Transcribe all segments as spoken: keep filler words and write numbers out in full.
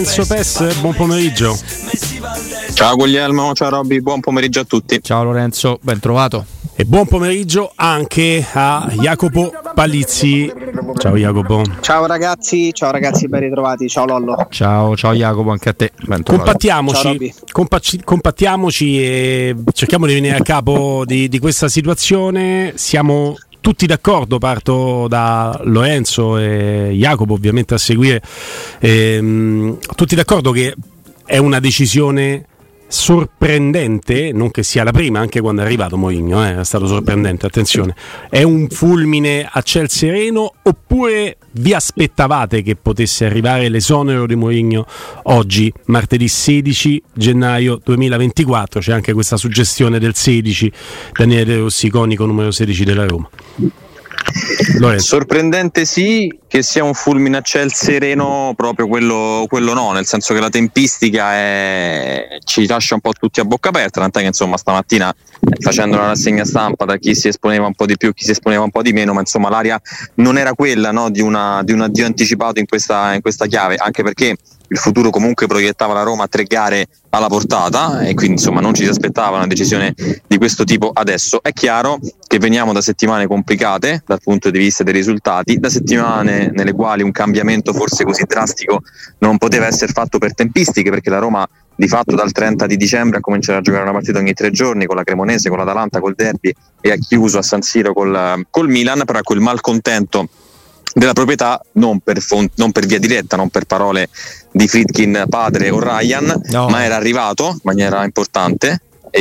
Lorenzo Pes, buon pomeriggio. Ciao Guglielmo, ciao Robby, buon pomeriggio a tutti. Ciao Lorenzo, ben trovato. E buon pomeriggio anche a Jacopo Palizzi. Ciao Jacopo. Ciao ragazzi, ciao ragazzi, ben ritrovati. Ciao Lollo. Ciao, ciao Jacopo, anche a te. Ben Compattiamoci, compacci, compattiamoci e cerchiamo di venire a capo di, di questa situazione. Siamo tutti d'accordo, parto da Lorenzo e Jacopo ovviamente a seguire, ehm, tutti d'accordo che è una decisione sorprendente, non che sia la prima, anche quando è arrivato Mourinho eh, è stato sorprendente, attenzione, è un fulmine a ciel sereno oppure vi aspettavate che potesse arrivare l'esonero di Mourinho oggi, martedì sedici gennaio duemilaventiquattro? C'è anche questa suggestione del sedici, Daniele De Rossi, iconico numero sedici della Roma. Lorenzo. Sorprendente sì, che sia un fulmine a ciel sereno proprio quello, quello no, nel senso che la tempistica è... ci lascia un po' tutti a bocca aperta, tant'è che insomma stamattina facendo la rassegna stampa da chi si esponeva un po' di più, chi si esponeva un po' di meno, ma insomma l'aria non era quella, no, di, una, di un addio anticipato in questa, in questa chiave, anche perché il futuro comunque proiettava la Roma a tre gare alla portata e quindi insomma non ci si aspettava una decisione di questo tipo adesso. È chiaro che veniamo da settimane complicate dal punto di vista dei risultati, da settimane nelle quali un cambiamento forse così drastico non poteva essere fatto per tempistiche, perché la Roma di fatto dal trenta di dicembre ha cominciato a giocare una partita ogni tre giorni con la Cremonese, con l'Atalanta, col Derby e ha chiuso a San Siro col, col Milan, però quel malcontento della proprietà non per, font- non per via diretta, non per parole di Friedkin padre o Ryan, no, ma era arrivato in maniera importante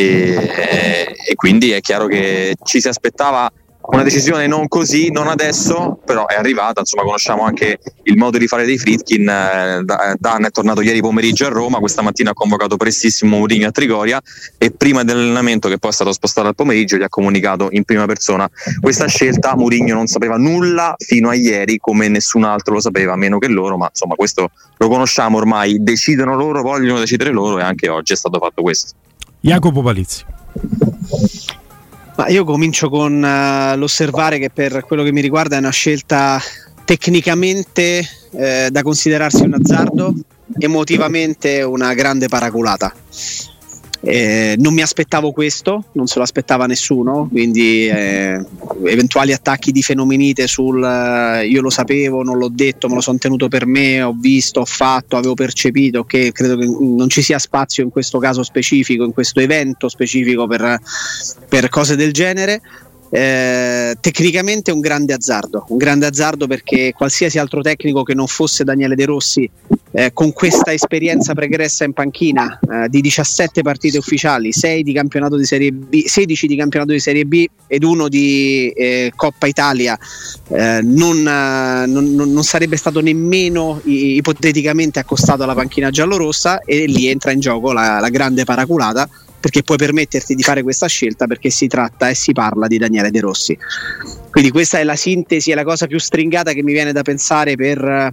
e, e quindi è chiaro che ci si aspettava una decisione non così, non adesso, però è arrivata. Insomma, conosciamo anche il modo di fare dei Friedkin. eh, Dan è tornato ieri pomeriggio a Roma, questa mattina ha convocato prestissimo Mourinho a Trigoria e prima dell'allenamento, che poi è stato spostato al pomeriggio, gli ha comunicato in prima persona questa scelta. Mourinho non sapeva nulla fino a ieri, come nessun altro lo sapeva, meno che loro, ma insomma questo lo conosciamo ormai, decidono loro, vogliono decidere loro e anche oggi è stato fatto questo. Jacopo Palizzi. Ma io comincio con uh, l'osservare che per quello che mi riguarda è una scelta tecnicamente eh, da considerarsi un azzardo, emotivamente una grande paraculata. Eh, non mi aspettavo questo, non se lo aspettava nessuno, quindi eh, eventuali attacchi di fenomenite sul uh, io lo sapevo, non l'ho detto, me lo sono tenuto per me, ho visto, ho fatto, avevo percepito, che credo che non ci sia spazio in questo caso specifico, in questo evento specifico per, per cose del genere. Eh, tecnicamente è un grande azzardo, un grande azzardo perché qualsiasi altro tecnico che non fosse Daniele De Rossi, eh, con questa esperienza pregressa in panchina eh, di diciassette partite ufficiali, sei di campionato di Serie B, sedici di campionato di Serie B ed uno di eh, Coppa Italia, eh, non, eh, non, non sarebbe stato nemmeno i, ipoteticamente accostato alla panchina giallorossa, e lì entra in gioco la, la grande paraculata, perché puoi permetterti di fare questa scelta perché si tratta e si parla di Daniele De Rossi. Quindi questa è la sintesi, è la cosa più stringata che mi viene da pensare per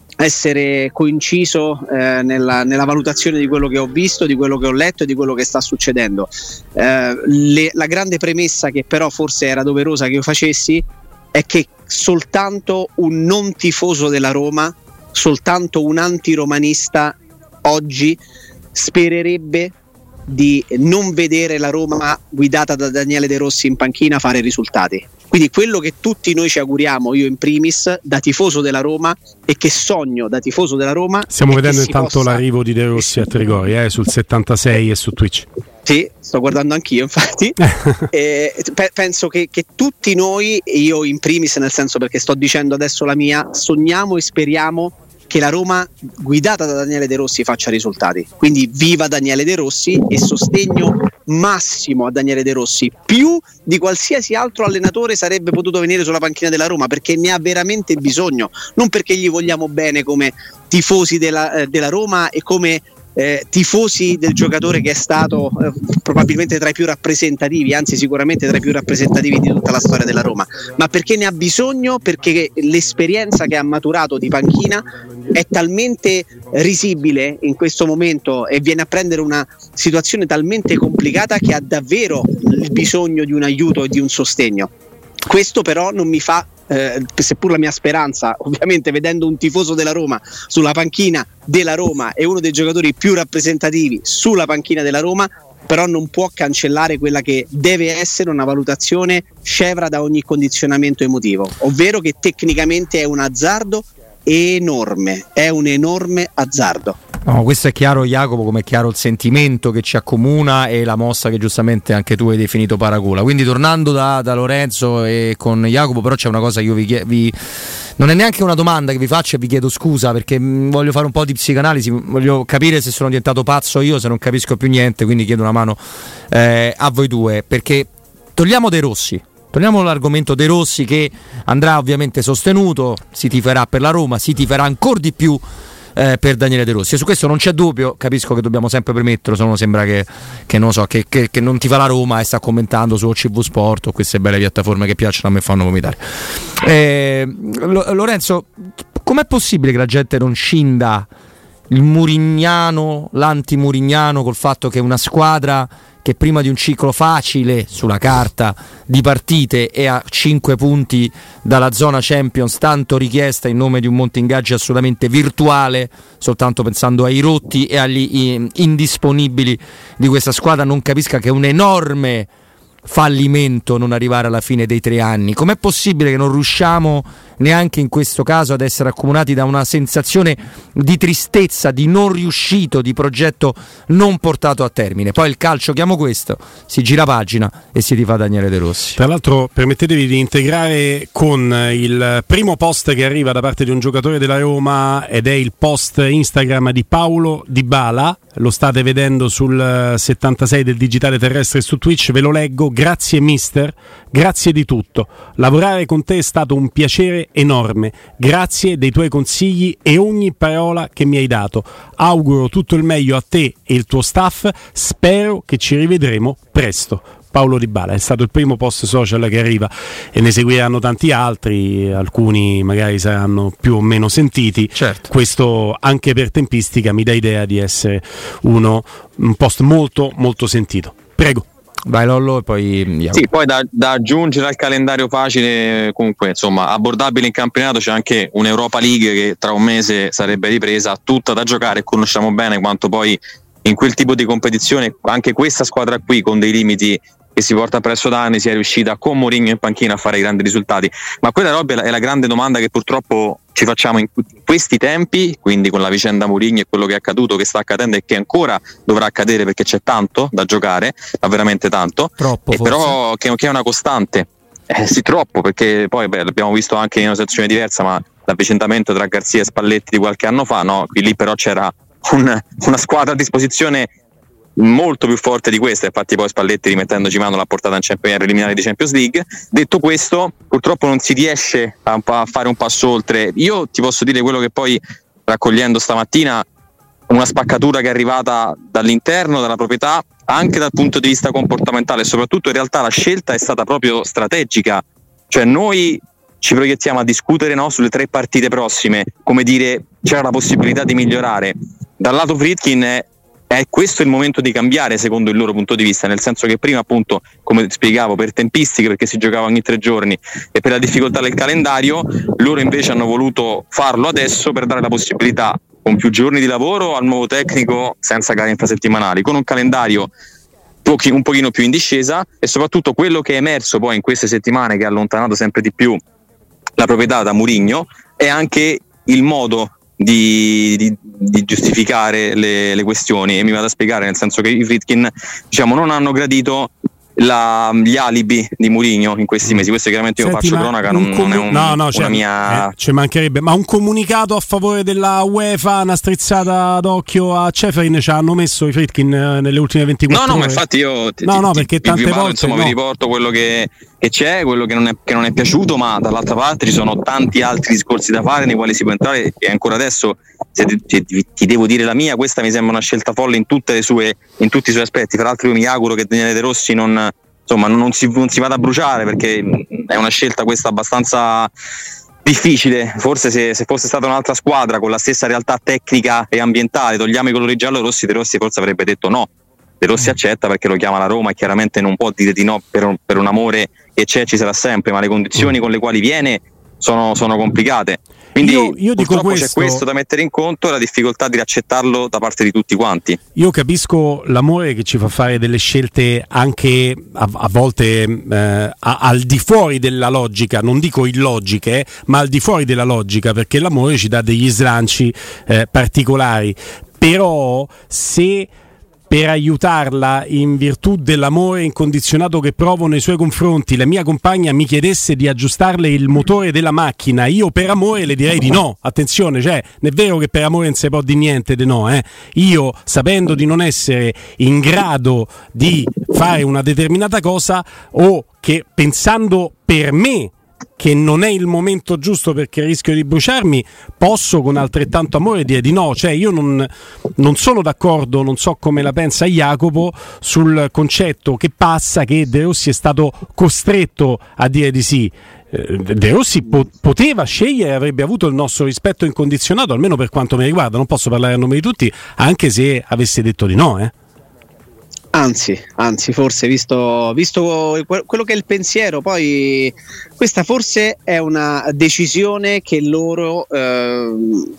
essere coinciso eh, nella, nella valutazione di quello che ho visto, di quello che ho letto e di quello che sta succedendo. Eh, le, la grande premessa che però forse era doverosa che io facessi è che soltanto un non tifoso della Roma, soltanto un antiromanista oggi spererebbe di non vedere la Roma guidata da Daniele De Rossi in panchina fare risultati. Quindi quello che tutti noi ci auguriamo, io in primis, da tifoso della Roma, e che sogno da tifoso della Roma. Stiamo vedendo intanto possa... l'arrivo di De Rossi a Trigoria eh, sul settantasei e su Twitch. Sì, sto guardando anch'io infatti. eh, pe- penso che, che tutti noi, io in primis, nel senso, perché sto dicendo adesso la mia, sogniamo e speriamo che la Roma guidata da Daniele De Rossi faccia risultati. Quindi viva Daniele De Rossi e sostegno massimo a Daniele De Rossi, più di qualsiasi altro allenatore sarebbe potuto venire sulla panchina della Roma, perché ne ha veramente bisogno, non perché gli vogliamo bene come tifosi della, eh, della Roma e come eh, tifosi del giocatore che è stato eh, probabilmente tra i più rappresentativi, anzi sicuramente tra i più rappresentativi di tutta la storia della Roma, ma perché ne ha bisogno, perché l'esperienza che ha maturato di panchina è talmente risibile in questo momento e viene a prendere una situazione talmente complicata che ha davvero il bisogno di un aiuto e di un sostegno. Questo però non mi fa, eh, seppur la mia speranza, ovviamente vedendo un tifoso della Roma sulla panchina della Roma e uno dei giocatori più rappresentativi sulla panchina della Roma, però non può cancellare quella che deve essere una valutazione scevra da ogni condizionamento emotivo, ovvero che tecnicamente è un azzardo enorme, è un enorme azzardo. No, questo è chiaro, Jacopo, come è chiaro il sentimento che ci accomuna e la mossa che giustamente anche tu hai definito paragola. Quindi tornando da, da Lorenzo e con Jacopo, però c'è una cosa che io vi, vi non è neanche una domanda che vi faccio e vi chiedo scusa, perché mh, voglio fare un po' di psicanalisi, voglio capire se sono diventato pazzo io, se non capisco più niente, quindi chiedo una mano eh, a voi due, perché togliamo De Rossi. Torniamo all'argomento De Rossi, che andrà ovviamente sostenuto, si tiferà per la Roma, si tiferà ancora di più eh, per Daniele De Rossi, e su questo non c'è dubbio. Capisco che dobbiamo sempre premetterlo, se no sembra che, che non so che, che, che non ti fa la Roma e sta commentando su O C V Sport o queste belle piattaforme che piacciono a me, fanno vomitare. eh, Lorenzo, com'è possibile che la gente non scinda il murignano, l'anti-murignano, col fatto che una squadra che prima di un ciclo facile sulla carta di partite e a cinque punti dalla zona Champions, tanto richiesta in nome di un monte ingaggi assolutamente virtuale, soltanto pensando ai rotti e agli indisponibili di questa squadra, non capisca che è un enorme fallimento non arrivare alla fine dei tre anni. Com'è possibile che non riusciamo neanche in questo caso ad essere accomunati da una sensazione di tristezza, di non riuscito, di progetto non portato a termine? Poi il calcio, chiamo questo, si gira pagina e si rifà Daniele De Rossi. Tra l'altro permettetevi di integrare con il primo post che arriva da parte di un giocatore della Roma, ed è il post Instagram di Paulo Dybala. Lo state vedendo sul settantasei del digitale terrestre su Twitch, ve lo leggo. Grazie mister, grazie di tutto. Lavorare con te è stato un piacere enorme. Grazie dei tuoi consigli e ogni parola che mi hai dato. Auguro tutto il meglio a te e il tuo staff. Spero che ci rivedremo presto. Paulo Dybala è stato il primo post social che arriva, e ne seguiranno tanti altri, alcuni magari saranno più o meno sentiti. Certo. Questo anche per tempistica mi dà idea di essere uno un post molto molto sentito. Prego. Vai Lollo e poi sì, poi da, da aggiungere al calendario facile, comunque insomma abbordabile in campionato, c'è anche un'Europa League che tra un mese sarebbe ripresa, tutta da giocare, e conosciamo bene quanto poi in quel tipo di competizione anche questa squadra qui, con dei limiti che si porta presso da anni, sia riuscita con Mourinho in panchina a fare grandi risultati. Ma quella roba è la grande domanda che purtroppo ci facciamo in questi tempi, quindi con la vicenda Mourinho e quello che è accaduto, che sta accadendo e che ancora dovrà accadere, perché c'è tanto da giocare, ma veramente tanto. Troppo, e però che, che è una costante. Eh sì, troppo, perché poi beh, l'abbiamo visto anche in una situazione diversa, ma l'avvicendamento tra Garzia e Spalletti di qualche anno fa, no? Qui lì però c'era un, una squadra a disposizione molto più forte di questa, infatti poi Spalletti, rimettendoci mano, l'ha portata in Champions, preliminare di Champions League. Detto questo, purtroppo non si riesce a, a fare un passo oltre. Io ti posso dire quello che poi, raccogliendo stamattina, una spaccatura che è arrivata dall'interno, dalla proprietà, anche dal punto di vista comportamentale, e soprattutto in realtà la scelta è stata proprio strategica. Cioè noi ci proiettiamo a discutere, no, sulle tre partite prossime, come dire c'era la possibilità di migliorare. Dal lato Friedkin è È questo il momento di cambiare, secondo il loro punto di vista, nel senso che prima, appunto, come spiegavo, per tempistiche, perché si giocava ogni tre giorni, e per la difficoltà del calendario, loro invece hanno voluto farlo adesso per dare la possibilità, con più giorni di lavoro, al nuovo tecnico, senza gare infrasettimanali, con un calendario pochi, un pochino più in discesa, e soprattutto quello che è emerso poi in queste settimane, che ha allontanato sempre di più la proprietà da Mourinho, è anche il modo Di, di, di giustificare le, le questioni, e mi vado a spiegare, nel senso che i Friedkin, diciamo, non hanno gradito la, gli alibi di Mourinho in questi mesi. Questo chiaramente io Senti, faccio cronaca, non, comu- non è un, no, no, una cioè, mia eh, ci mancherebbe, ma un comunicato a favore della UEFA, una strizzata d'occhio a Ceferin ci hanno messo i Friedkin nelle ultime ventiquattro no no ore. ma infatti io ti, no ti, no ti, perché ti, tante vi parlo, volte insomma no. vi riporto quello che, che c'è, quello che non, è, che non è piaciuto, ma dall'altra parte ci sono tanti altri discorsi da fare nei quali si può entrare, e ancora adesso, se ti, ti, ti devo dire la mia, questa mi sembra una scelta folle in tutte le sue, in tutti i suoi aspetti. Tra l'altro io mi auguro che Daniele De Rossi non, insomma, non, si, non si vada a bruciare, perché è una scelta questa abbastanza difficile. Forse se, se fosse stata un'altra squadra con la stessa realtà tecnica e ambientale, togliamo i colori giallo-rossi, De Rossi forse avrebbe detto no. De Rossi accetta perché lo chiama la Roma e chiaramente non può dire di no per un, per un amore che c'è, ci sarà sempre, ma le condizioni con le quali viene sono, sono complicate. Quindi io, io dico questo, c'è questo da mettere in conto e la difficoltà di accettarlo da parte di tutti quanti. Io capisco l'amore che ci fa fare delle scelte anche a, a volte eh, a, al di fuori della logica, non dico illogiche, ma al di fuori della logica, perché l'amore ci dà degli slanci eh, particolari. Però se per aiutarla in virtù dell'amore incondizionato che provo nei suoi confronti la mia compagna mi chiedesse di aggiustarle il motore della macchina, io per amore le direi di no. Attenzione, cioè, non è vero che per amore non si può di niente di no, eh. Io, sapendo di non essere in grado di fare una determinata cosa, o che pensando per me che non è il momento giusto perché rischio di bruciarmi, posso con altrettanto amore dire di no. Cioè io non, non sono d'accordo, non so come la pensa Jacopo, sul concetto che passa che De Rossi è stato costretto a dire di sì. De Rossi po- poteva scegliere, avrebbe avuto il nostro rispetto incondizionato, almeno per quanto mi riguarda, non posso parlare a nome di tutti, anche se avesse detto di no, eh. Anzi, anzi, forse visto, visto quello che è il pensiero, poi questa forse è una decisione che loro eh,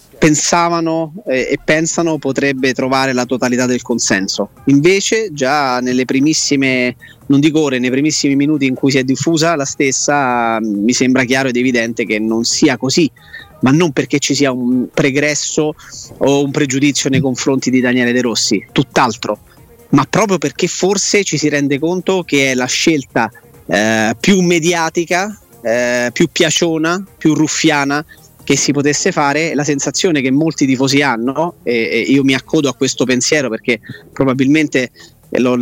pensavano eh, e pensano potrebbe trovare la totalità del consenso. Invece già nelle primissime, non dico ore, nei primissimi minuti in cui si è diffusa la stessa, mi sembra chiaro ed evidente che non sia così. Ma non perché ci sia un pregresso o un pregiudizio nei confronti di Daniele De Rossi, tutt'altro. Ma proprio perché forse ci si rende conto che è la scelta eh, più mediatica, eh, più piaciona, più ruffiana che si potesse fare. La sensazione che molti tifosi hanno, e, e io mi accodo a questo pensiero perché probabilmente è, lo,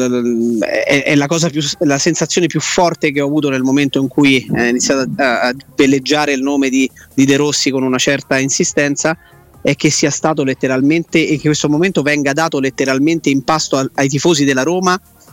è, è la, cosa più, la sensazione più forte che ho avuto nel momento in cui è iniziato a, a veleggiare il nome di, di De Rossi con una certa insistenza, è che sia stato letteralmente e che questo momento venga dato letteralmente in pasto a, ai tifosi della Roma,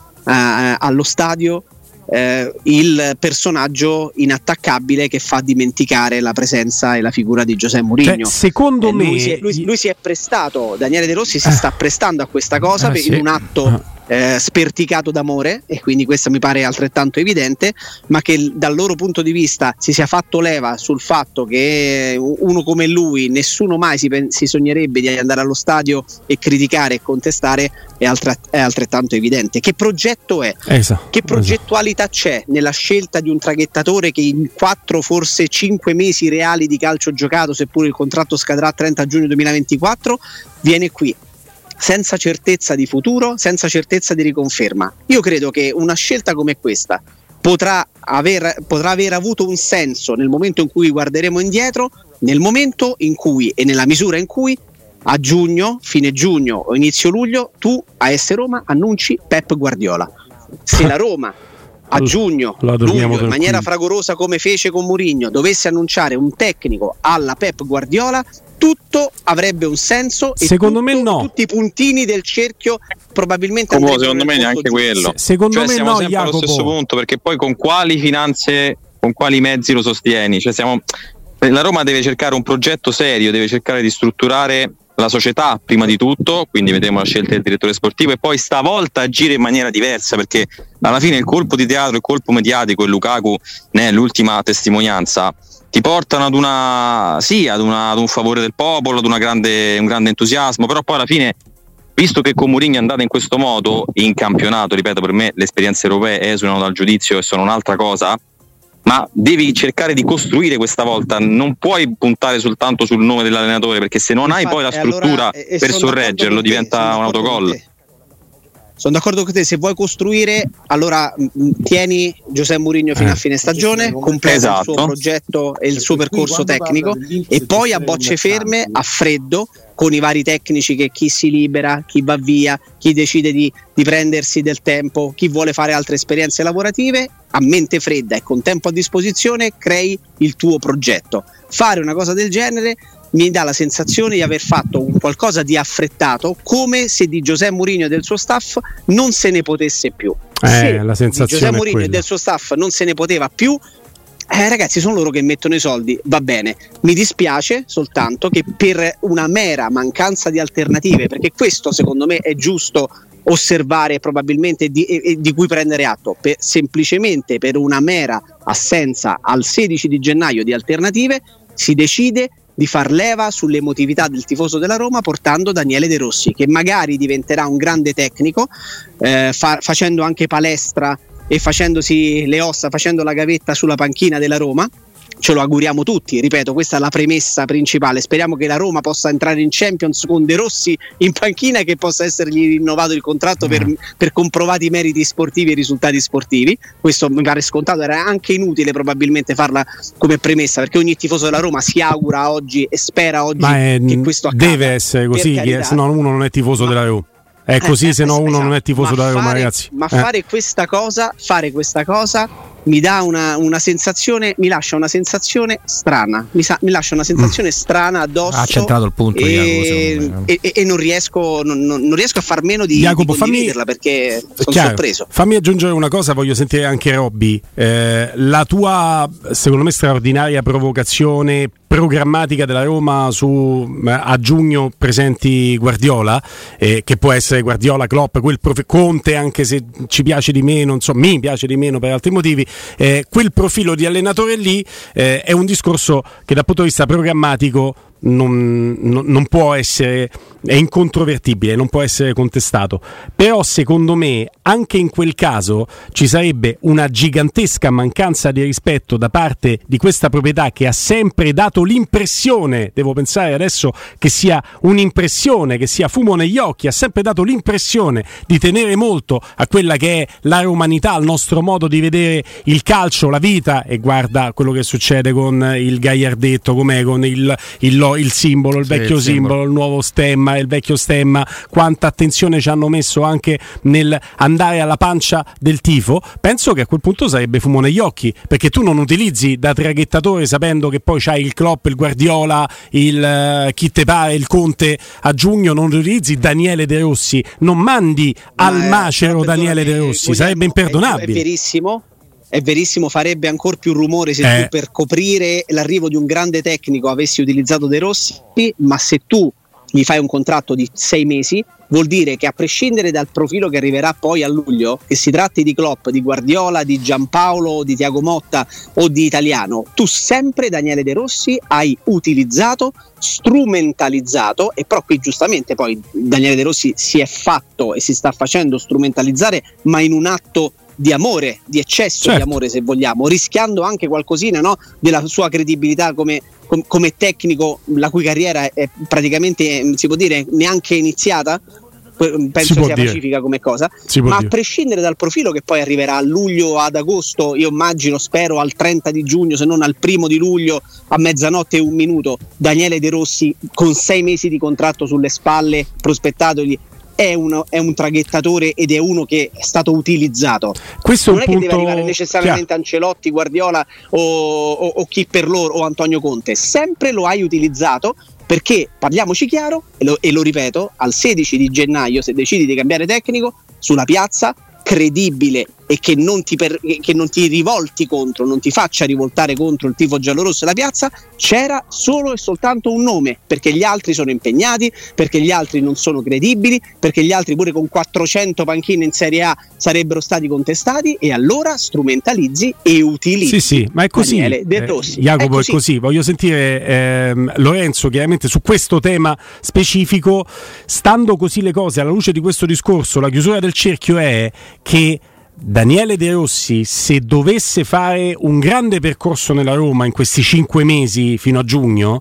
eh, allo stadio, eh, il personaggio inattaccabile che fa dimenticare la presenza e la figura di José Mourinho. Cioè, secondo eh, me lui si, è, lui, lui si è prestato, Daniele De Rossi si sta prestando a questa cosa, eh, per, sì. in un atto Eh, sperticato d'amore, e quindi questo mi pare altrettanto evidente, ma che dal loro punto di vista si sia fatto leva sul fatto che uno come lui, nessuno mai si, pen- si sognerebbe di andare allo stadio e criticare e contestare, è, altra- è altrettanto evidente. Che progetto è? Esatto, che progettualità esatto. c'è nella scelta di un traghettatore che in quattro, forse cinque mesi reali di calcio giocato, seppure il contratto scadrà trenta giugno duemilaventiquattro, viene qui senza certezza di futuro, senza certezza di riconferma? Io credo che una scelta come questa potrà aver, potrà aver avuto un senso nel momento in cui guarderemo indietro, nel momento in cui e nella misura in cui a giugno, fine giugno o inizio luglio, tu a S Roma annunci Pep Guardiola. Se la Roma a giugno, luglio, in maniera fragorosa come fece con Mourinho, dovesse annunciare un tecnico alla Pep Guardiola, tutto avrebbe un senso e secondo tutto, me no. tutti i puntini del cerchio probabilmente oh, secondo me neanche giusto. quello. Se, secondo cioè, me siamo no, sempre Jacopo. allo stesso punto, perché poi con quali finanze, con quali mezzi lo sostieni? Cioè siamo, la Roma deve cercare un progetto serio, deve cercare di strutturare la società prima di tutto, quindi vedremo la scelta del direttore sportivo, e poi stavolta agire in maniera diversa, perché alla fine il colpo di teatro, il colpo mediatico, e Lukaku ne è l'ultima testimonianza, ti portano ad una sì, ad, una, ad un favore del popolo, ad una grande, un grande entusiasmo, però poi alla fine, visto che con Mourinho è andata in questo modo in campionato, ripeto, per me le esperienze europee esulano dal giudizio e sono un'altra cosa, ma devi cercare di costruire questa volta, non puoi puntare soltanto sul nome dell'allenatore, perché se non Infatti, hai poi la struttura allora, e per sorreggerlo te, diventa un autogol. Sono d'accordo con te, se vuoi costruire, allora mh, tieni José Mourinho fino eh. a fine stagione, completa esatto. il suo progetto e il suo percorso tecnico, e poi a bocce ferme, a freddo, con i vari tecnici, che chi si libera, chi va via, chi decide di, di prendersi del tempo, chi vuole fare altre esperienze lavorative, a mente fredda e con tempo a disposizione crei il tuo progetto. Fare una cosa del genere mi dà la sensazione di aver fatto un qualcosa di affrettato, come se di José Mourinho e del suo staff non se ne potesse più. Eh, se la sensazione di José è Mourinho e quella. del suo staff non se ne poteva più, eh, ragazzi, sono loro che mettono i soldi, va bene. Mi dispiace soltanto che per una mera mancanza di alternative, perché questo secondo me è giusto osservare probabilmente di, e, di cui prendere atto, per, semplicemente per una mera assenza al sedici di gennaio di alternative si decide di far leva sull'emotività del tifoso della Roma portando Daniele De Rossi, che magari diventerà un grande tecnico, eh, fa, facendo anche palestra e facendosi le ossa, facendo la gavetta sulla panchina della Roma. Ce lo auguriamo tutti, ripeto, questa è la premessa principale. Speriamo che la Roma possa entrare in Champions con De Rossi in panchina e che possa essergli rinnovato il contratto per, per comprovati meriti sportivi e risultati sportivi. Questo mi pare scontato, era anche inutile probabilmente farla come premessa, perché ogni tifoso della Roma si augura oggi e spera oggi è, che questo accada. Deve essere così, che, se no uno non è tifoso della Roma. È così, eh, se no uno esatto. non è tifoso ma della Roma, fare, ragazzi. Ma eh. fare questa cosa, fare questa cosa mi dà una, una sensazione, mi lascia una sensazione strana, mi, sa, mi lascia una sensazione mm. strana addosso. Ha centrato il punto, e, Jacopo, e, e non riesco, non, non riesco a far meno di, Jacopo, di condividerla fammi, perché sono sorpreso. Fammi aggiungere una cosa, voglio sentire anche Robby, eh, la tua secondo me straordinaria provocazione programmatica della Roma su a giugno presenti Guardiola, eh, che può essere Guardiola, Klopp, quel prof- Conte, anche se ci piace di meno, insomma mi piace di meno per altri motivi, eh, quel profilo di allenatore lì eh, è un discorso che dal punto di vista programmatico non, non, non può essere, è incontrovertibile, non può essere contestato. Però secondo me anche in quel caso ci sarebbe una gigantesca mancanza di rispetto da parte di questa proprietà, che ha sempre dato l'impressione, devo pensare adesso che sia un'impressione, che sia fumo negli occhi, ha sempre dato l'impressione di tenere molto a quella che è la romanità, al nostro modo di vedere il calcio, la vita. E guarda quello che succede con il Gagliardetto, com'è, con il, il il simbolo, il vecchio sì, il simbolo, simbolo, il nuovo stemma, il vecchio stemma, quanta attenzione ci hanno messo anche nel andare alla pancia del tifo. Penso che a quel punto sarebbe fumo negli occhi, perché tu non utilizzi da traghettatore sapendo che poi c'hai il Klopp, il Guardiola, il uh, chi te pare, il Conte a giugno, non utilizzi Daniele De Rossi, non mandi Ma al macero no, Daniele De Rossi, Guglielmo, sarebbe imperdonabile. È, è verissimo. È verissimo, farebbe ancora più rumore se eh. tu per coprire l'arrivo di un grande tecnico avessi utilizzato De Rossi, ma se tu gli fai un contratto di sei mesi vuol dire che a prescindere dal profilo che arriverà poi a luglio, che si tratti di Klopp, di Guardiola, di Giampaolo, di Thiago Motta o di Italiano, tu sempre Daniele De Rossi hai utilizzato, strumentalizzato, e però qui giustamente poi Daniele De Rossi si è fatto e si sta facendo strumentalizzare, ma in un atto di amore, di eccesso certo. di amore se vogliamo, rischiando anche qualcosina, no, della sua credibilità come, com, come tecnico, la cui carriera è praticamente, si può dire, neanche iniziata. Penso sia dire. pacifica come cosa, ma dire. a prescindere dal profilo che poi arriverà a luglio, ad agosto, io immagino, spero al trenta di giugno, se non al primo di luglio a mezzanotte e un minuto, Daniele De Rossi con sei mesi di contratto sulle spalle, prospettatogli, è, uno, è un traghettatore ed è uno che è stato utilizzato. Questo non è, è un che punto... deve arrivare necessariamente chiaro. Ancelotti, Guardiola o, o, o chi per loro, o Antonio Conte, sempre lo hai utilizzato, perché parliamoci chiaro, e lo, e lo ripeto, al sedici di gennaio, se decidi di cambiare tecnico, sulla piazza, credibile e che non ti per, che non ti rivolti contro, non ti faccia rivoltare contro il tifo giallorosso e la piazza, c'era solo e soltanto un nome, perché gli altri sono impegnati, perché gli altri non sono credibili, perché gli altri pure con quattrocento panchine in Serie A sarebbero stati contestati, e allora strumentalizzi e utilizzi. Sì, sì, ma è così. Daniele De Rossi. Eh, Jacopo, è così. è così. Voglio sentire ehm, Lorenzo chiaramente su questo tema specifico. Stando così le cose, alla luce di questo discorso, la chiusura del cerchio è che Daniele De Rossi, se dovesse fare un grande percorso nella Roma in questi cinque mesi fino a giugno,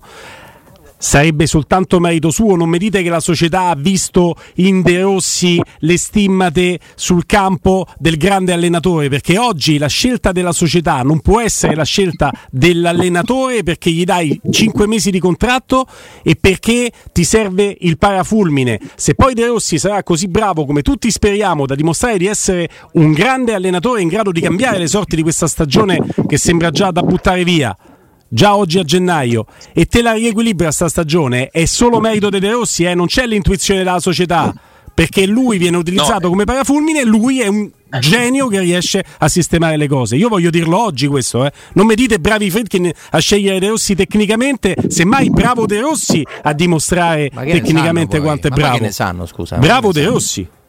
sarebbe soltanto merito suo. Non mi dite che la società ha visto in De Rossi le stimmate sul campo del grande allenatore, perché oggi la scelta della società non può essere la scelta dell'allenatore, perché gli dai cinque mesi di contratto e perché ti serve il parafulmine. Se poi De Rossi sarà così bravo come tutti speriamo da dimostrare di essere un grande allenatore in grado di cambiare le sorti di questa stagione che sembra già da buttare via già oggi a gennaio, e te la riequilibra sta stagione, è solo merito di De Rossi, eh? Non c'è l'intuizione della società, perché lui viene utilizzato no. come parafulmine, e lui è un genio che riesce a sistemare le cose. Io voglio dirlo oggi questo, eh? Non mi dite bravi Friedkin a scegliere De Rossi tecnicamente, semmai bravo De Rossi a dimostrare tecnicamente quanto è bravo. Ma che ne sanno, scusa? Bravo De Rossi.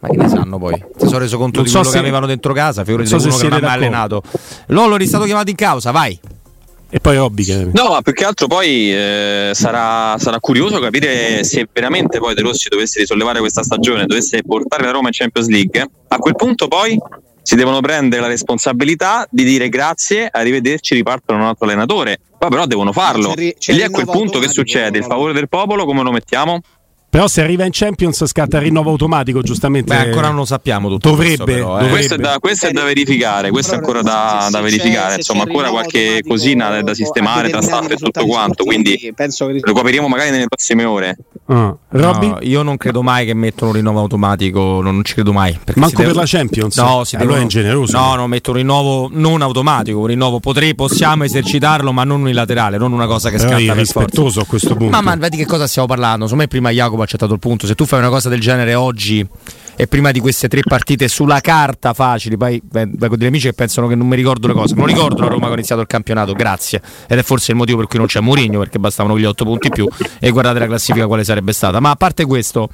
Ma che ne sanno poi? Si sono reso conto non di so quello se... che avevano dentro casa, figurati so uno che non ha mai allenato. Lolo è stato chiamato in causa, vai. E poi Robby che... No, ma più che altro poi eh, sarà, sarà curioso capire se veramente poi De Rossi dovesse risollevare questa stagione, dovesse portare la Roma in Champions League. A quel punto poi si devono prendere la responsabilità di dire grazie, arrivederci, ripartono un altro allenatore. Poi però devono farlo. C'è ri- c'è e lì a quel punto che succede? Il favore del popolo come lo mettiamo? Però se arriva in Champions scatta il rinnovo automatico, giustamente. Beh, ancora non lo sappiamo tutto. Dovrebbe, questo, però, eh. Questo, è da, questo è da verificare, questo è ancora da, da verificare. Insomma, ancora qualche cosina da sistemare tra staff e tutto quanto. Quindi penso che lo capiremo magari nelle prossime ore. Ah. Robby? No, io non credo mai che mettono un rinnovo automatico, non ci credo mai. Manco per devono... la Champions? No, si allora devono... è ingeneroso. No, no, metto un rinnovo non automatico, un rinnovo potrei, possiamo esercitarlo, ma non unilaterale, non una cosa che però scatta è rispettoso a questo punto. Ma, ma vedi che cosa stiamo parlando? Secondo me prima Jacopo ha accettato il punto. Se tu fai una cosa del genere oggi e prima di queste tre partite sulla carta facili, poi vengo degli amici che pensano che non mi ricordo le cose, non ricordo la Roma che ha iniziato il campionato, grazie, ed è forse il motivo per cui non c'è Mourinho, perché bastavano quegli otto punti in più e guardate la classifica quale sarebbe stata. Ma a parte questo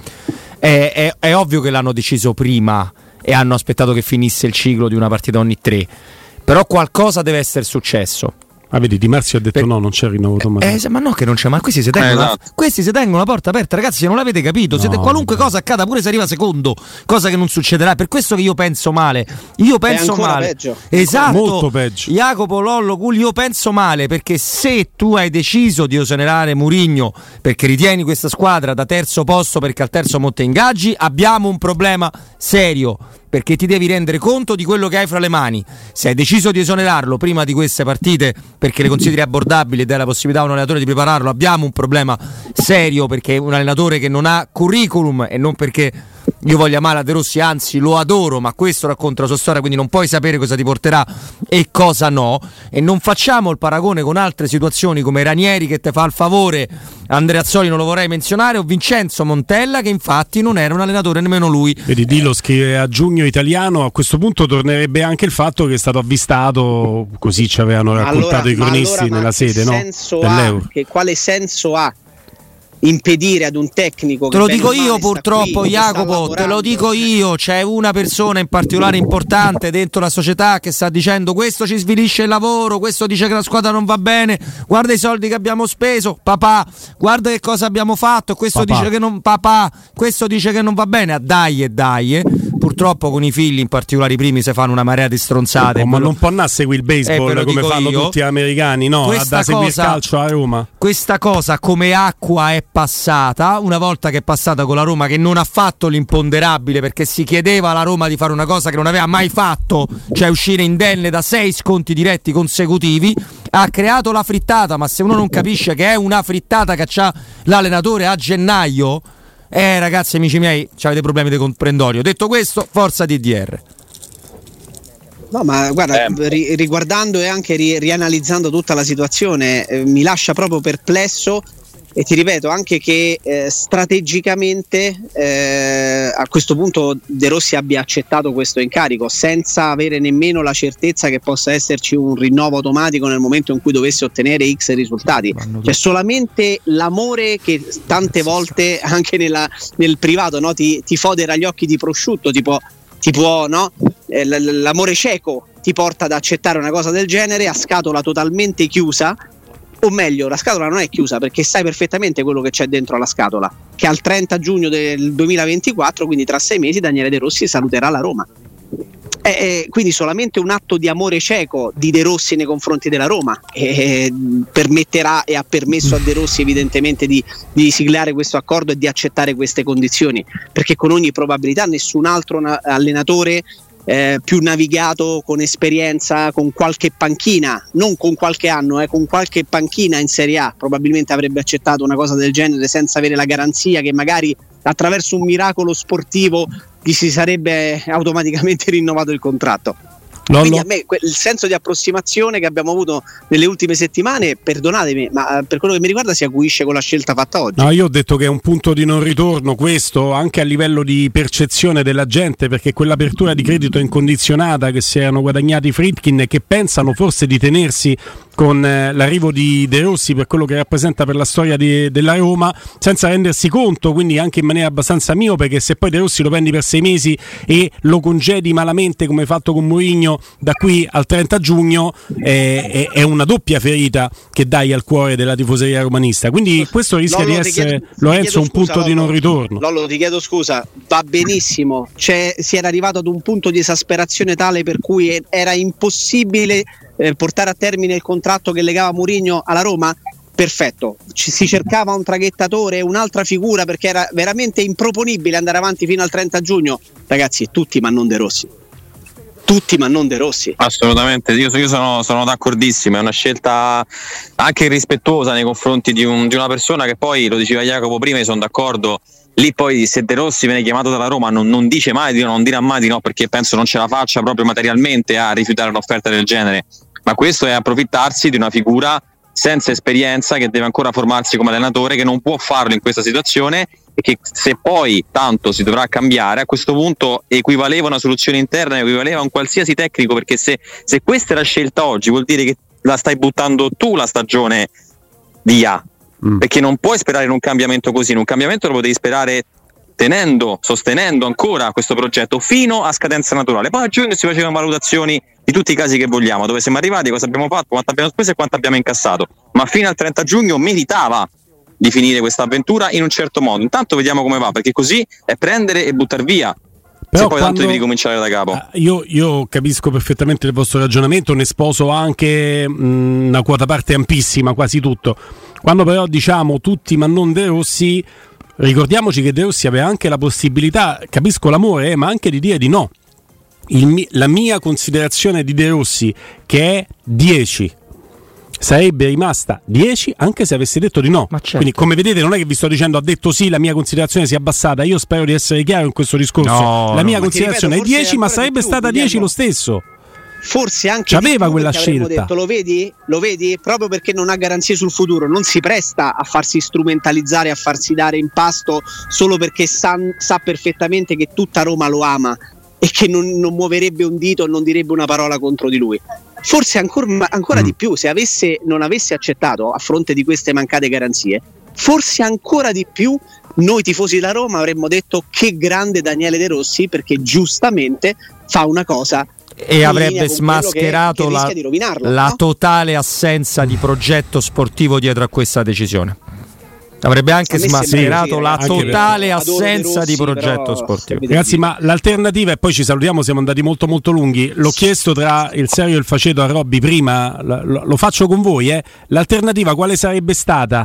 è, è, è ovvio che l'hanno deciso prima e hanno aspettato che finisse il ciclo di una partita ogni tre, però qualcosa deve essere successo. Ah, vedi, Di Marzio ha detto per... no, non c'è il rinnovo automatico. Eh, ma no, che non c'è, ma questi si tengono, eh, esatto. la... questi si tengono la porta aperta, ragazzi. Se non l'avete capito, no, siete... qualunque no. cosa accada, pure se arriva secondo, cosa che non succederà. Per questo che io penso male. Io penso male. Peggio. Esatto. Molto peggio. Jacopo, Lollo, Culi, io penso male perché se tu hai deciso di esonerare Mourinho perché ritieni questa squadra da terzo posto perché al terzo monte ingaggi, abbiamo un problema serio. Perché ti devi rendere conto di quello che hai fra le mani. Se hai deciso di esonerarlo prima di queste partite perché le consideri abbordabili e dai la possibilità a un allenatore di prepararlo, abbiamo un problema serio, perché è un allenatore che non ha curriculum e non perché io voglia male a De Rossi, anzi lo adoro, ma questo racconta la sua storia, quindi non puoi sapere cosa ti porterà e cosa no. E non facciamo il paragone con altre situazioni come Ranieri che te fa il favore, Andreazzoli non lo vorrei menzionare, o Vincenzo Montella che infatti non era un allenatore nemmeno lui. Vedi, Dilo scrive a giugno italiano, a questo punto tornerebbe anche il fatto che è stato avvistato, così ci avevano raccontato allora, i cronisti allora, nella sede, no? Ha, che, quale senso ha impedire ad un tecnico te che lo dico io purtroppo qui, Jacopo, te lo dico io, c'è una persona in particolare importante dentro la società che sta dicendo questo ci svilisce il lavoro, questo dice che la squadra non va bene, guarda i soldi che abbiamo speso, papà, guarda che cosa abbiamo fatto, questo papà. dice che non papà, questo dice che non va bene, dai e dai. Purtroppo con i figli, in particolare i primi, si fanno una marea di stronzate. No, ma non può andare a seguire il baseball eh, come fanno io. tutti gli americani, no, questa a seguire il calcio a Roma. Questa cosa come acqua è passata, una volta che è passata con la Roma che non ha fatto l'imponderabile perché si chiedeva alla Roma di fare una cosa che non aveva mai fatto, cioè uscire indenne da sei sconti diretti consecutivi, ha creato la frittata, ma se uno non capisce che è una frittata che c'ha l'allenatore a gennaio, eh ragazzi amici miei, avete problemi di comprendorio. Detto questo, forza D D R. No, ma guarda, eh. ri- riguardando e anche ri- rianalizzando tutta la situazione, eh, mi lascia proprio perplesso. E ti ripeto anche che eh, strategicamente eh, a questo punto De Rossi abbia accettato questo incarico senza avere nemmeno la certezza che possa esserci un rinnovo automatico nel momento in cui dovesse ottenere X risultati. C'è solamente l'amore che tante volte anche nella, nel privato, no, ti, ti fodera gli occhi di prosciutto, tipo, ti può, no? eh, l- l'amore cieco ti porta ad accettare una cosa del genere a scatola totalmente chiusa. O meglio, la scatola non è chiusa perché sai perfettamente quello che c'è dentro la scatola, che al trenta giugno del duemilaventiquattro, quindi tra sei mesi, Daniele De Rossi saluterà la Roma. E, e quindi solamente un atto di amore cieco di De Rossi nei confronti della Roma e permetterà e ha permesso a De Rossi evidentemente di, di siglare questo accordo e di accettare queste condizioni, perché con ogni probabilità nessun altro na- allenatore Eh, più navigato, con esperienza, con qualche panchina, non con qualche anno, eh, con qualche panchina in Serie A, probabilmente avrebbe accettato una cosa del genere senza avere la garanzia che magari attraverso un miracolo sportivo gli si sarebbe automaticamente rinnovato il contratto. Lollo? Quindi a me que- il senso di approssimazione che abbiamo avuto nelle ultime settimane, perdonatemi, ma per quello che mi riguarda si acuisce con la scelta fatta oggi. No, io ho detto che è un punto di non ritorno questo, anche a livello di percezione della gente, perché quell'apertura di credito incondizionata che si erano guadagnati i Friedkin e che pensano forse di tenersi con eh, l'arrivo di De Rossi per quello che rappresenta per la storia di, della Roma, senza rendersi conto, quindi anche in maniera abbastanza miope, che se poi De Rossi lo prendi per sei mesi e lo congedi malamente come hai fatto con Mourinho da qui al trenta giugno, eh, è, è una doppia ferita che dai al cuore della tifoseria romanista, quindi questo rischia Lollo, di essere, chiedo, Lorenzo, un scusa, punto Lollo, di non ritorno. Lollo, ti chiedo scusa, va benissimo, cioè, si era arrivato ad un punto di esasperazione tale per cui era impossibile eh, portare a termine il contratto che legava Mourinho alla Roma. Perfetto, ci si cercava un traghettatore, un'altra figura, perché era veramente improponibile andare avanti fino al trenta giugno. Ragazzi, tutti ma non De Rossi. Tutti ma non De Rossi. Assolutamente, io, io sono, sono d'accordissimo, è una scelta anche irrispettosa nei confronti di, un, di una persona che poi, lo diceva Jacopo prima, io sono d'accordo, lì poi se De Rossi viene chiamato dalla Roma non, non dice mai di no, non dirà mai di no, perché penso non ce la faccia proprio materialmente a rifiutare un'offerta del genere, ma questo è approfittarsi di una figura senza esperienza che deve ancora formarsi come allenatore, che non può farlo in questa situazione e che se poi tanto si dovrà cambiare, a questo punto equivaleva una soluzione interna, equivaleva a un qualsiasi tecnico, perché se, se questa è la scelta oggi vuol dire che la stai buttando tu la stagione di A, mm. perché non puoi sperare in un cambiamento così, in un cambiamento lo potevi sperare tenendo, sostenendo ancora questo progetto fino a scadenza naturale, poi a giugno si facevano valutazioni di tutti i casi che vogliamo, dove siamo arrivati, cosa abbiamo fatto, quanto abbiamo speso e quanto abbiamo incassato, ma fino al trenta giugno meritava di finire questa avventura in un certo modo. Intanto vediamo come va, perché così è prendere e buttare via. Però se poi quando, tanto devi ricominciare da capo. Io, io capisco perfettamente il vostro ragionamento, ne sposo anche mh, una quota parte ampissima, quasi tutto. Quando però diciamo tutti ma non De Rossi, ricordiamoci che De Rossi aveva anche la possibilità, capisco l'amore, eh, ma anche di dire di no. Il, la mia considerazione di De Rossi, che è dieci, sarebbe rimasta dieci anche se avesse detto di no. Ma certo. Quindi come vedete non è che vi sto dicendo ha detto sì, la mia considerazione si è abbassata, io spero di essere chiaro in questo discorso. No, la mia no, considerazione ripeto, è dieci, ma sarebbe più, stata dieci lo stesso. Forse anche c'aveva quella scelta. Detto, lo vedi? Lo vedi? Proprio perché non ha garanzie sul futuro, non si presta a farsi strumentalizzare, a farsi dare in pasto solo perché sa, sa perfettamente che tutta Roma lo ama e che non, non muoverebbe un dito, non direbbe una parola contro di lui. Forse ancora, ancora mm. di più, se avesse, non avesse accettato a fronte di queste mancate garanzie, forse ancora di più noi tifosi della Roma avremmo detto che grande Daniele De Rossi, perché giustamente fa una cosa e avrebbe smascherato che, che la, la no? totale assenza di progetto sportivo dietro a questa decisione. Avrebbe anche smascherato la totale assenza Rossi, di progetto sportivo. Ragazzi, ma l'alternativa, e poi ci salutiamo, siamo andati molto molto lunghi, l'ho chiesto tra il serio e il faceto a Robby prima, lo, lo faccio con voi, eh. L'alternativa quale sarebbe stata?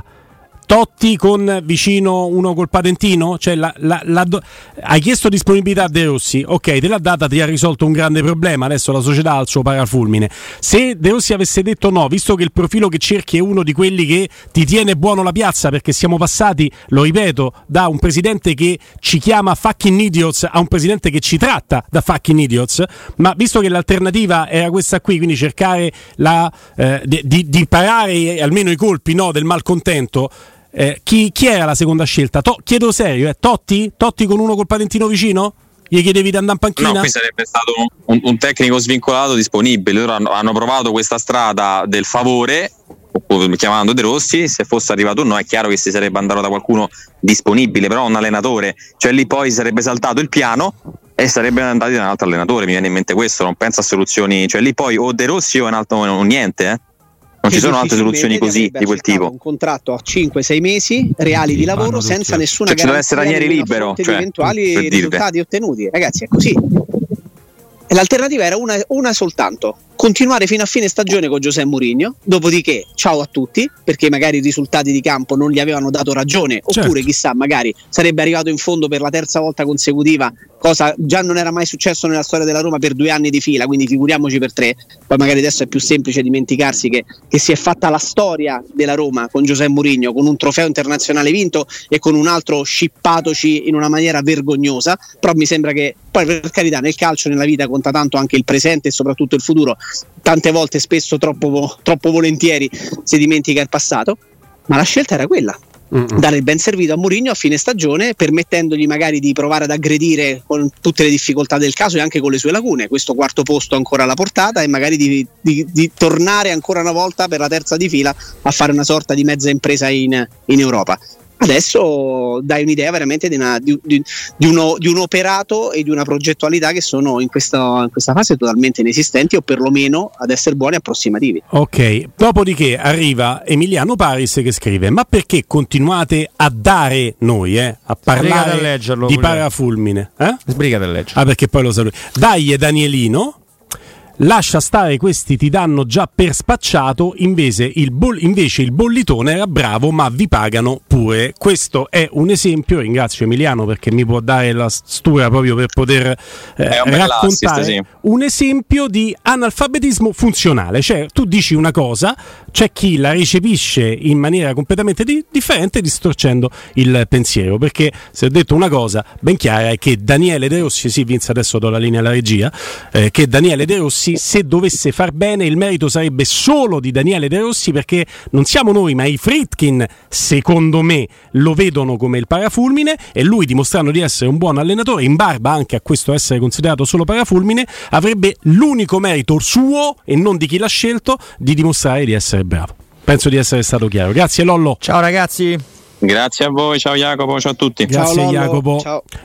Totti con vicino uno col patentino? Cioè la, la, la, hai chiesto disponibilità a De Rossi, ok, te l'ha data, ti ha risolto un grande problema, adesso la società ha il suo parafulmine. Se De Rossi avesse detto no, visto che il profilo che cerchi è uno di quelli che ti tiene buono la piazza, perché siamo passati, lo ripeto, da un presidente che ci chiama fucking idiots a un presidente che ci tratta da fucking idiots, ma visto che l'alternativa era questa qui, quindi cercare la, eh, di, di, di parare almeno i colpi, no, del malcontento. Eh, chi, chi era la seconda scelta? To- chiedo serio, eh? Totti? Totti con uno col patentino vicino? Gli chiedevi di andare in panchina? No, qui sarebbe stato un, un tecnico svincolato disponibile. Loro hanno, hanno provato questa strada del favore, chiamando De Rossi. Se fosse arrivato no, è chiaro che si sarebbe andato da qualcuno disponibile, però un allenatore, cioè lì poi sarebbe saltato il piano e sarebbe andati da un altro allenatore. Mi viene in mente questo, non penso a soluzioni, cioè lì poi o De Rossi o un altro o niente, eh. Non ci sono altre soluzioni così di quel tipo. Un contratto a cinque sei mesi reali sì, di lavoro senza nessuna cioè, garanzia di essere libero, cioè, eventuali risultati ottenuti. Ragazzi, è così. E l'alternativa era una, una soltanto: continuare fino a fine stagione con José Mourinho, dopodiché ciao a tutti, perché magari i risultati di campo non gli avevano dato ragione, oppure certo. chissà, magari sarebbe arrivato in fondo per la terza volta consecutiva, cosa già non era mai successo nella storia della Roma per due anni di fila, quindi figuriamoci per tre. Poi magari adesso è più semplice dimenticarsi che, che si è fatta la storia della Roma con José Mourinho, con un trofeo internazionale vinto e con un altro scippatoci in una maniera vergognosa, però mi sembra che poi, per carità, nel calcio, nella vita conta tanto anche il presente e soprattutto il futuro, tante volte, spesso troppo, troppo volentieri si dimentica il passato, ma la scelta era quella. Mm-mm. Dare il ben servito a Mourinho a fine stagione, permettendogli magari di provare ad aggredire con tutte le difficoltà del caso e anche con le sue lacune questo quarto posto ancora alla portata, e magari di, di, di tornare ancora una volta per la terza di fila a fare una sorta di mezza impresa in, in Europa. Adesso dai un'idea veramente di, una, di, di, di, uno, di un operato e di una progettualità che sono in questa, in questa fase totalmente inesistenti, o perlomeno ad essere buoni approssimativi. Ok, dopodiché arriva Emiliano Paris che scrive: ma perché continuate a dare noi eh, a parlare leggerlo, di parafulmine? Eh? Sbrigate a leggere. Ah, perché poi lo saluti. Dai Danielino, lascia stare, questi ti danno già per spacciato, invece il, boll- invece il bollitone era bravo, ma vi pagano pure. Questo è un esempio, ringrazio Emiliano perché mi può dare la stura proprio per poter eh, un raccontare sì. un esempio di analfabetismo funzionale. Cioè tu dici una cosa, c'è chi la recepisce in maniera completamente di- differente, distorcendo il pensiero, perché se ho detto una cosa ben chiara è che Daniele De Rossi, sì Vince adesso do la linea alla regia, eh, che Daniele De Rossi, se dovesse far bene, il merito sarebbe solo di Daniele De Rossi, perché non siamo noi ma i Friedkin, secondo me, lo vedono come il parafulmine, e lui, dimostrando di essere un buon allenatore, in barba anche a questo essere considerato solo parafulmine, avrebbe l'unico merito suo e non di chi l'ha scelto di dimostrare di essere bravo. Penso di essere stato chiaro. Grazie Lollo. Ciao ragazzi. Grazie a voi, ciao Jacopo, ciao a tutti. Grazie ciao, Jacopo. Ciao.